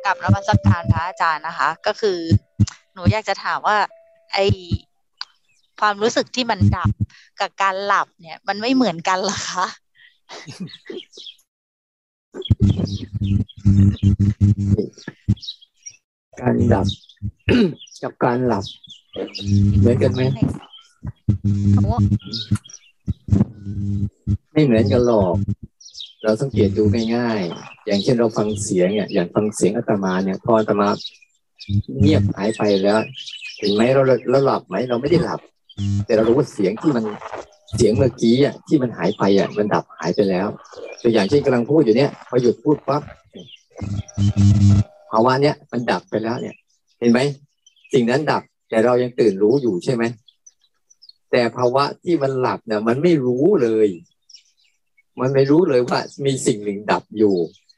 กับนมัสการพระอาจารย์นะคะก็คือหนูอยากจะถามว่าไอความรู้สึกที่มันดับกับการหลับเนี่ยมันไม่เหมือนกันเหรอคะการดับ กับการหลับเหมือนกันไหมไม่เหมือนกันหรอกเราสังเกตดูง่ายๆอย่างเช่นเราฟังเสียงเนี่ยอย่างฟังเสียงอาตมาเนี่ยพออาตมาเงียบหายไปแล้วเห็นไหมเราหลับไหมเราไม่ได้หลับแต่เรารู้ว่าเสียงที่มันเสียงเมื่อกี้อ่ะที่มันหายไปอ่ะมันดับหายไปแล้วตัวอย่างเช่นกำลังพูดอยู่เนี่ยพอหยุดพูดปั๊บภาวะเนี้ยมันดับไปแล้วเนี่ยเห็นไหมสิ่งนั้นดับแต่เรายังตื่นรู้อยู่ใช่ไหมแต่ภาวะที่มันหลับเนี่ยมันไม่รู้เลยมันไม่รู้เลยว่ามีสิ่งหนึ่งดับอยู่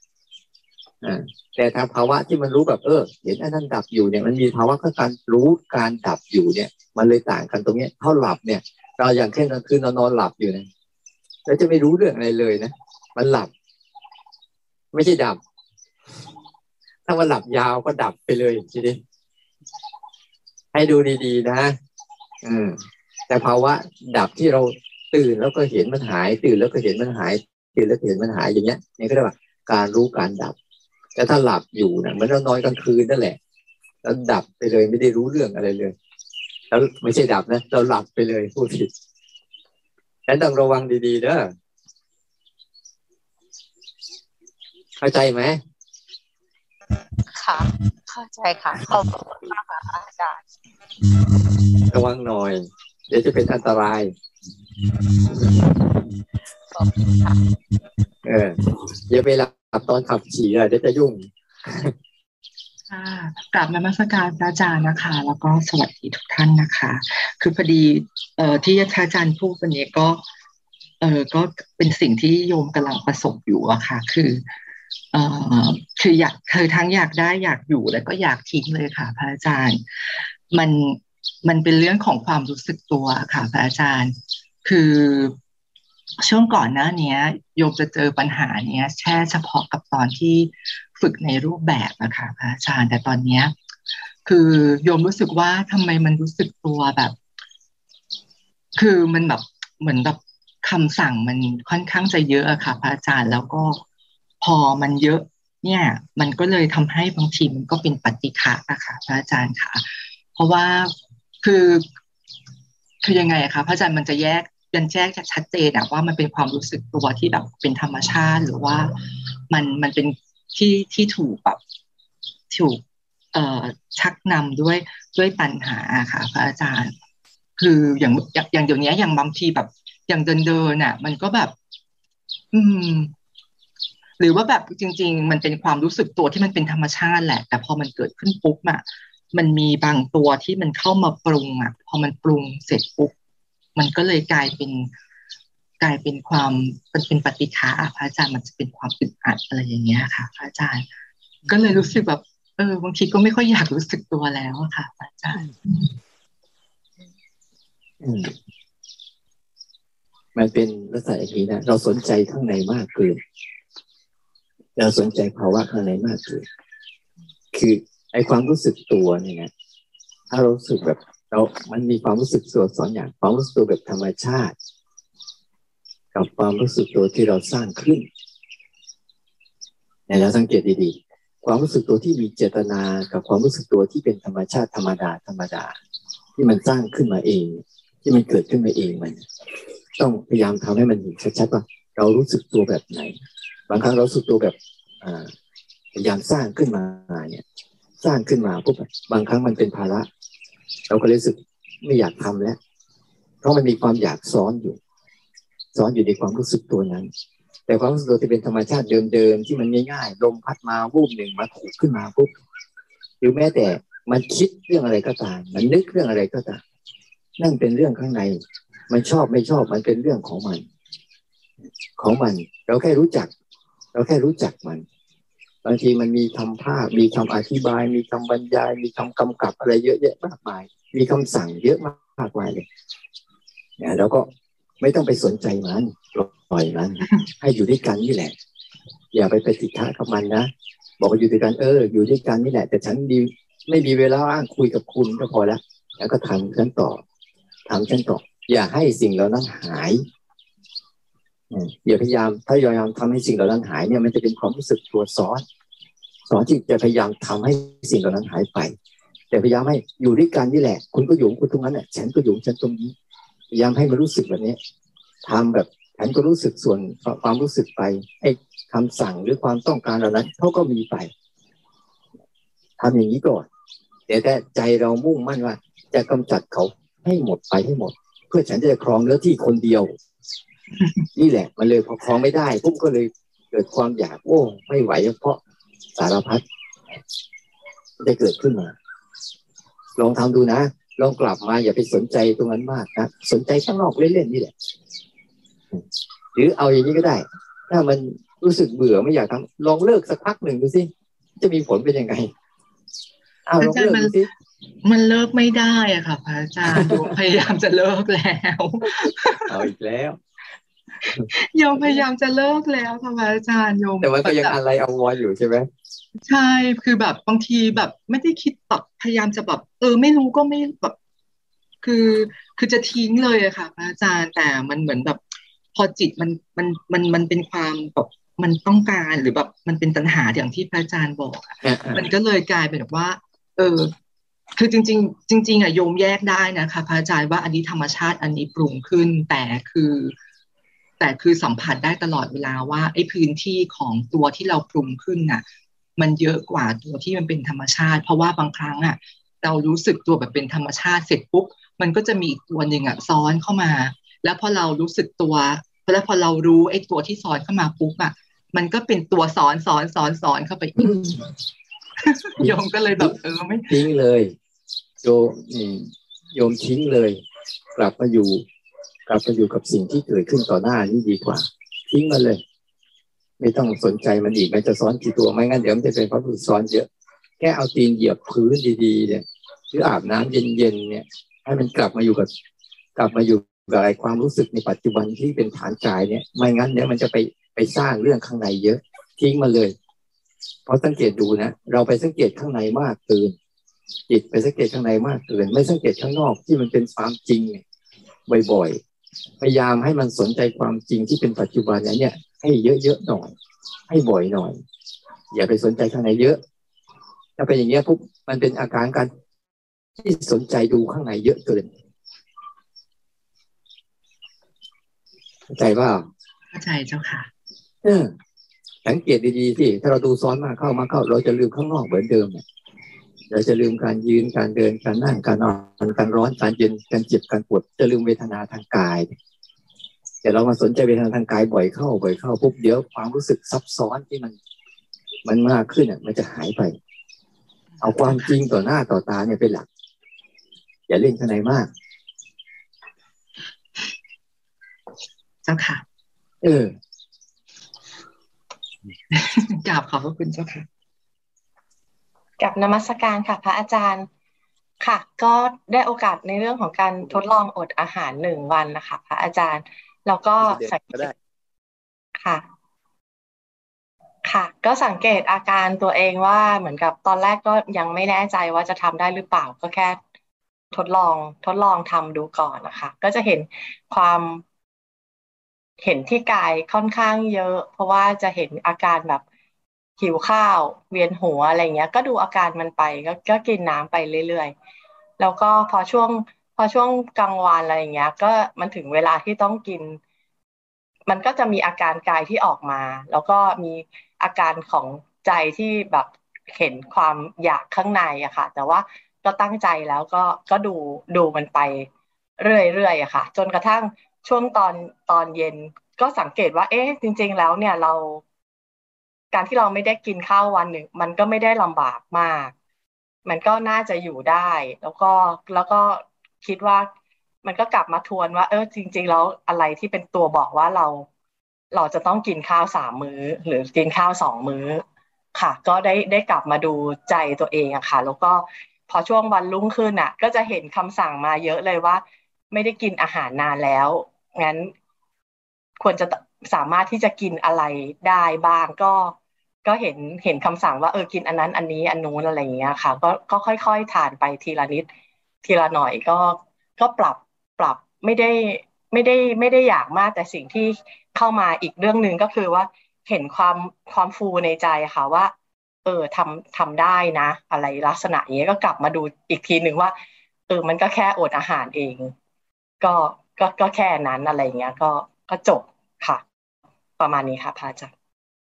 แต่ถ้าภาวะที่มันรู้แบบเห็นอันนั้นดับอยู่เนี่ยมันมีภาวะของการรู้การดับอยู่เนี่ยมันเลยต่างกันตรงนี้เท่าหลับเนี่ยเราอย่างเช่นกลางคืนนอนหลับอยู่เนี่ยแล้วจะไม่รู้เรื่องอะไรเลยนะมันหลับไม่ใช่ดับถ้ามันหลับยาวก็ดับไปเลยทีนี้ให้ดูดีๆนะแต่ภาวะดับที่เราตื่นแล้วก็เห็นมันหายตื่นแล้วก็เห็นมันหายตื่นแล้วก็เห็นมันหายอย่างเงี้ยนี่ก็เรียกว่าการรู้การดับแต่ถ้าหลับอยู่เนี่ยเหมือนเรานอนกลางคืนนั่นแหละแล้วดับไปเลยไม่ได้รู้เรื่องอะไรเลยแล้วไม่ใช่ดับนะเราหลับไปเลยพูดผิดฉะนั้นต้องระวังดีๆเด้อเข้าใจไหมค่ะเข้าใจค่ะขอบคุณมากค่ะอาจารย์ระวังหน่อยเดี๋ยวจะเป็นอันตรายอย่าไปหลับตอนขับขี่เดี๋ยวจะยุ่งกราบนมัสการพระอาจารย์นะคะแล้วก็สวัสดีทุกท่านนะคะคือพอดีที่พระอาจารย์พูดวันนี้ก็เป็นสิ่งที่โยมกำลังประสบอยู่อะค่ะคือทั้งอยากได้อยากอยู่แล้วก็อยากทิ้งเลยค่ะพระอาจารย์มันเป็นเรื่องของความรู้สึกตัวค่ะพระอาจารย์คือช่วงก่อนหน้านี้โยมจะเจอปัญหาเนี้ยแค่เฉพาะกับตอนที่ฝึกในรูปแบบอะค่ะพระอาจารย์แต่ตอนเนี้ยคือโยมรู้สึกว่าทำไมมันรู้สึกตัวแบบคือมันแบบเหมือนแบบคำสั่งมันค่อนข้างจะเยอะอะค่ะพระอาจารย์แล้วก็พอมันเยอะเนี่ยมันก็เลยทำให้บางทีมันก็เป็นปฏิฆะอะค่ะพระอาจารย์ค่ะเพราะว่าคือยังไงอะคะพระอาจารย์มันจะแยกชัดเจนอะว่ามันเป็นความรู้สึกตัวที่แบบเป็นธรรมชาติหรือว่ามันเป็นที่ถูกแบบถูกชักนำด้วยปัญหาค่ะพระอาจารย์คืออย่างเดี๋ยวนี้อย่างบางทีแบบอย่างเดินอ่ะมันก็แบบหรือว่าแบบจริงๆมันเป็นความรู้สึกตัวที่มันเป็นธรรมชาติแหละแต่พอมันเกิดขึ้นปุ๊บอ่ะมันมีบางตัวที่มันเข้ามาปรุงอ่ะพอมันปรุงเสร็จปุ๊บมันก็เลยกลายเป็นความเป็นปฏิฆะพระอาจารย์มันจะเป็นความอึดอัดอะไรอย่างเงี้ยค่ะพระอาจารย์ก็เลยรู้สึกแบบบางทีก็ไม่ค่อยอยากรู้สึกตัวแล้วค่ะอาจารย์มันเป็นลักษณะอย่างนี้นะเราสนใจข้างในมากเกินเราสนใจภาวะข้างในมากเกินคือไอ้ความรู้สึกตัวเนี่ยนะถ้าเรารู้สึกแบบมันมีความรู้สึกตัวสองอย่างความรู้สึกตัวแบบธรรมชาติกับความรู้สึกตัวที่เราสร้างขึ้นเนี่ยเราสังเกตดีๆความรู้สึกตัวที่มีเจตนากับความรู้สึกตัวที่เป็นธรรมชาติธรรมดาที่มันสร้างขึ้นมาเองที่มันเกิดขึ้นมาเองมันต้องพยายามทำให้มันเห็นชัดๆว่าเรารู้สึกตัวแบบไหนบางครั้งเรารู้สึกตัวแบบพยายามสร้างขึ้นมาเนี่ยสร้างขึ้นมาปุ๊บบางครั้งมันเป็นภาระเราก็รู้สึกไม่อยากทำแล้วเพราะมันมีความอยากซ้อนอยู่ในความรู้สึกตัวนั้นแต่ความรู้สึกตัวที่เป็นธรรมชาติเดิมๆที่มันง่ายๆลมพัดมาวูบหนึ่งมาถูกขึ้นมาปุ๊บหรือแม้แต่มันคิดเรื่องอะไรก็ตามมันนึกเรื่องอะไรก็ตามนั่นเป็นเรื่องข้างในมันชอบไม่ชอบมันเป็นเรื่องของมันเราแค่รู้จักมันบางทีมันมีคำภาพมีคำอธิบายมีคำบรรยายมีคำกำกับอะไรเยอะแยะมากมายมีคำสั่งเยอะมากมายเลยเนี่ยเราก็ไม่ต้องไปสนใจมันปล่อยมันให้อยู่ด้วยกันนี่แหละอย่าไปปฏิฆะกับมันนะบอกว่าอยู่ด้วยกันอยู่ด้วยกันนี่แหละแต่ฉันไม่มีเวลาว่างคุยกับคุณก็พอแล้วก็ทำฉันต่ออย่าให้สิ่งเหล่านั้นหายอย่าพยายามถ้าพยายามทำให้สิ่งเหล่านั้นหายเนี่ยมันจะเป็นความรู้สึกตัวซ้อนที่จะพยายามทำให้สิ่งเหล่านั้นหายไปแต่พยายามให้อยู่ด้วยกันนี่แหละคุณก็อยู่คุณตรงนั้นแหละฉันก็อยู่ฉันตรงนี้พยายามให้มันรู้สึกแบบนี้ทำแบบฉันก็รู้สึกส่วนความรู้สึกไปไอ้คำสั่งหรือความต้องการเหล่านั้นเขาก็มีไปทำอย่างนี้ก่อนแต่ใจเรามุ่งมั่นว่าจะกำจัดเขาให้หมดไปให้หมดเพื่อฉันจะครองเนื้อที่คนเดียวนี่แหละมันเลยพอครองไม่ได้ปุ๊บก็เลยเกิดความอยากไม่ไหวเพราะสารพัดได้เกิดขึ้นมาลองทำดูนะลองกลับมาอย่าไปสนใจตรงนั้นมากนะสนใจข้างนอกเล่นๆนี่แหละหรือเอาอย่างนี้ก็ได้ถ้ามันรู้สึกเบื่อไม่อยากทำลองเลิกสักพักหนึ่งดูสิจะมีผลเป็นยังไงลองเลิกดูสิมันเลิกไม่ได้อะค่ะพระอาจารย์โยมพยายามจะเลิกแล้วเอาอีกแล้วโยมพยายามจะเลิกแล้วค่ะพระอาจารย์โยมแต่มันก็ยังอะไรเอาวอนอยู่ใช่ไหมใช่คือแบบบางทีแบบไม่ได้คิดแบบพยายามจะแบบไม่รู้ก็ไม่แบบคือจะทิ้งเลยอะค่ะพระอาจารย์แต่มันเหมือนแบบพอจิตมันเป็นความแบบมันต้องการหรือแบบมันเป็นตัณหาอย่างที่พระอาจารย์บอกมันก็เลยกลายเป็นแบบว่าคือจริงๆจริงๆอะโยมแยกได้นะคะพระอาจารย์ว่าอันนี้ธรรมชาติอันนี้ปรุงขึ้นแต่คือสัมผัสได้ตลอดเวลาว่าไอ้พื้นที่ของตัวที่เราปรุงขึ้นน่ะมันเยอะกว่าตัวที่มันเป็นธรรมชาติเพราะว่าบางครั้งอ่ะเรารู้สึกตัวแบบเป็นธรรมชาติเสร็จปุ๊บมันก็จะมีอีกตัวหนึ่งอ่ะซ้อนเข้ามาแล้วพอเรารู้สึกตัวแล้วพอเรารู้ไอ้ตัวที่ซ้อนเข้ามาปุ๊บอ่ะมันก็เป็นตัวซ้อนเข้าไปอีกโยมก็เลยแบบไม่ทิ้งเลยโยมทิ้งเลยกลับมาอยู่กับสิ่งที่เกิดขึ้นต่อหน้านี่ดีกว่าทิ้งมันเลยไม่ต้องสนใจมันอีกมันจะซ้อนกี่ตัวไม่งั้นเดี๋ยวมันจะเป็นความรู้สึกซ้อนเยอะแค่เอาตีนเหยียบพื้นดีๆเนี่ยหรืออาบน้ำเย็นๆเนี่ยให้มันกลับมาอยู่กับไอ้ความรู้สึกในปัจจุบันที่เป็นฐานกายเนี่ยไม่งั้นเดี๋ยวมันจะไปสร้างเรื่องข้างในเยอะทิ้งมันเลยเพราะสังเกตดูนะเราไปสังเกตข้างในมากเกินจิตไปสังเกตข้างในมากเกินไม่สังเกตข้างนอกที่มันเป็นความจริงบ่อยๆพยายามให้มันสนใจความจริงที่เป็นปัจจุบันเนี่ยให้เยอะๆหน่อยให้บ่อยหน่อยอย่าไปสนใจข้างในเยอะถ้าเป็นอย่างเงี้ยปุ๊บมันเป็นอาการการที่สนใจดูข้างในเยอะเกินเข้าใจเปล่าเข้าใจเจ้าค่ะสังเกตดีๆสิถ้าเราดูซ้อนมากเข้าเราจะลืมข้างนอกเหมือนเดิมเราจะลืมการยืนการเดินการนั่งการนอนการร้อนการเย็นการเจ็บการปวดจะลืมเวทนาทางกายแต่เรามาสนใจเวทนาทางกายบ่อยเข้าปุ๊บเดี๋ยวความรู้สึกซับซ้อนที่มันมากขึ้นมันจะหายไปเอาความจริงต่อหน้าต่อตาเนี่ยเป็นหลักอย่าเล่นข้างในมากเจ้าค่ะกราบขอบพระคุณเจ้าค่ะกับนมัสการค่ะพระอาจารย์ค่ะก็ได้โอกาสในเรื่องของการทดลองอดอาหาร1 วันนะคะพระอาจารย์แล้วก็สังเกตค่ะก็สังเกตอาการตัวเองว่าเหมือนกับตอนแรกก็ยังไม่แน่ใจว่าจะทำได้หรือเปล่าก็แค่ทดลองทำดูก่อนนะคะก็จะเห็นที่กายค่อนข้างเยอะเพราะว่าจะเห็นอาการแบบหิวข้าวเวียนหัวอะไรเงี้ยก็ดูอาการมันไปก็กินน้ำไปเรื่อยๆแล้วก็พอช่วงกลางวันอะไรเงี้ยก็มันถึงเวลาที่ต้องกินมันก็จะมีอาการกายที่ออกมาแล้วก็มีอาการของใจที่แบบเห็นความอยากข้างในอะค่ะแต่ว่าก็ตั้งใจแล้วก็ดูมันไปเรื่อยๆอะค่ะจนกระทั่งช่วงตอนเย็นก็สังเกตว่าจริงๆแล้วเนี่ยการที่เราไม่ได้กินข้าววันหนึ่งมันก็ไม่ได้ลำบากมากมันก็น่าจะอยู่ได้แล้วก็คิดว่ามันก็กลับมาทวนว่าจริงๆแล้วอะไรที่เป็นตัวบอกว่าเราจะต้องกินข้าว3 มื้อหรือกินข้าว2 มื้อค่ะก็ได้กลับมาดูใจตัวเองอะค่ะแล้วก็พอช่วงวันรุ่งขึ้นอะก็จะเห็นคำสั่งมาเยอะเลยว่าไม่ได้กินอาหารนานแล้วงั้นควรจะสามารถที่จะกินอะไรได้บ้างก็เห็นคำสั่งว่ากินอันนั้นอันนี้อันนู้นอะไรอย่างเงี้ยค่ะก็ค่อยๆทานไปทีละนิดทีละหน่อยก็ปรับไม่ได้อยากมากแต่สิ่งที่เข้ามาอีกเรื่องหนึ่งก็คือว่าเห็นความฟูในใจค่ะว่าทำได้นะอะไรลักษณะอย่างเงี้ยก็กลับมาดูอีกทีหนึ่งว่ามันก็แค่อดอาหารเองก็ก็แค่นั้นอะไรเงี้ยก็จบค่ะประมาณนี้ค่ะพระอาจารย์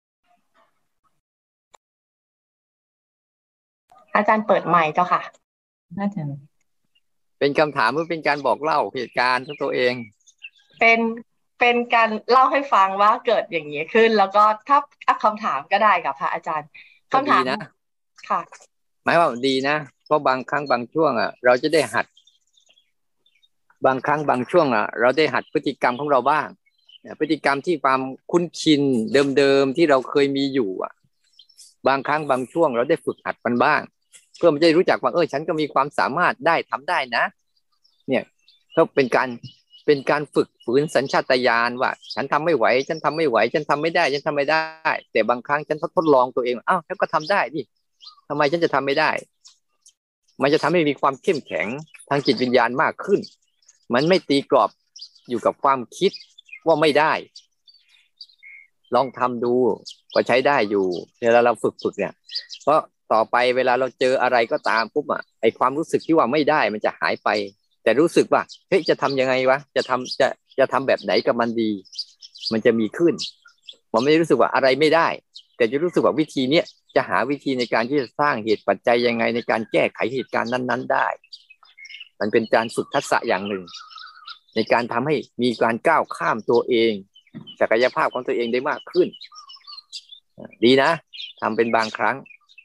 อาจารย์เปิดไมค์เจ้าค่ะอาจารย์เป็นคำถามหรือเป็นการบอกเล่าเหตุการณ์ของตัวเองเป็นการเล่าให้ฟังว่าเกิดอย่างนี้ขึ้นแล้วก็ถ้าคำถามก็ได้กับพระอาจารย์คำถามนะค่ะหมายว่าดีนะเพราะบางครั้งบางช่วงเราจะได้หัดบางครั้งบางช่วงเราได้หัดพฤติกรรมของเราบ้างพฤติกรรมที่ความคุ้นชินเดิมๆที่เราเคยมีอยู่บางครั้งบางช่วงเราได้ฝึกหัดมันบ้างเพื่อมันจะรู้จักว่าฉันก็มีความสามารถได้ทำได้นะเนี่ยก็เป็นการฝึกฝืนสัญชาตญาณว่าฉันทำไม่ไหวฉันทำไม่ไหวฉันทำไม่ได้ฉันทำไม่ได้แต่บางครั้งฉันทดลองตัวเองฉันก็ทำได้นี่ทำไมฉันจะทำไม่ได้มันจะทำให้มีความเข้มแข็งทางจิตวิญญาณมากขึ้นมันไม่ตีกรอบอยู่กับความคิดว่าไม่ได้ลองทำดูก็ใช้ได้อยู่เวลาเราฝึกเนี่ยเพราะต่อไปเวลาเราเจออะไรก็ตามปุ๊บไอ้ความรู้สึกที่ว่าไม่ได้มันจะหายไปแต่รู้สึกว่าเฮ้ยจะทำยังไงวะจะทำแบบไหนกับมันดีมันจะมีขึ้นผมไม่ได้รู้สึกว่าอะไรไม่ได้แต่จะรู้สึกว่าวิธีเนี้ยจะหาวิธีในการที่จะสร้างเหตุปัจจัยยังไงในการแก้ไขเหตุการณ์นั้นๆได้มันเป็นการฝึกทักษะอย่างหนึ่งในการทำให้มีการก้าวข้ามตัวเองศักยภาพของตัวเองได้มากขึ้นดีนะทำเป็นบางครั้ง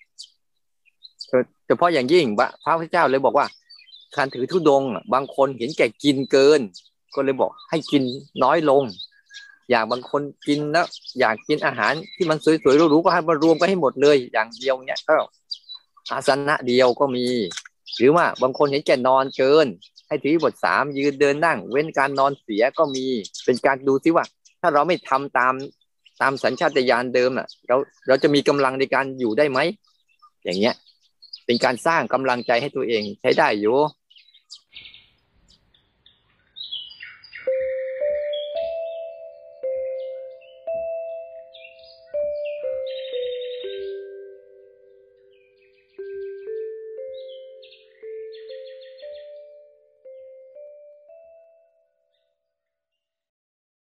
เฉพาะอย่างยิ่งพระพุทธเจ้าเลยบอกว่าการถือธุดงค์บางคนเห็นแก่กินเกินก็เลยบอกให้กินน้อยลงอย่างบางคนกินแล้วอยากกินอาหารที่มันสวยๆหรูๆก็ให้มารวมกันให้หมดเลยอย่างเดียวเนี่ยก็อาสนะเดียวก็มีหรือว่าบางคนเห็นแก่นอนเกินให้ถือบท3ยืนเดินนั่งเว้นการนอนเสียก็มีเป็นการดูซิว่าถ้าเราไม่ทำตามสัญชาตญาณเดิมเราจะมีกำลังในการอยู่ได้ไหมอย่างเงี้ยเป็นการสร้างกำลังใจให้ตัวเองใช้ได้อยู่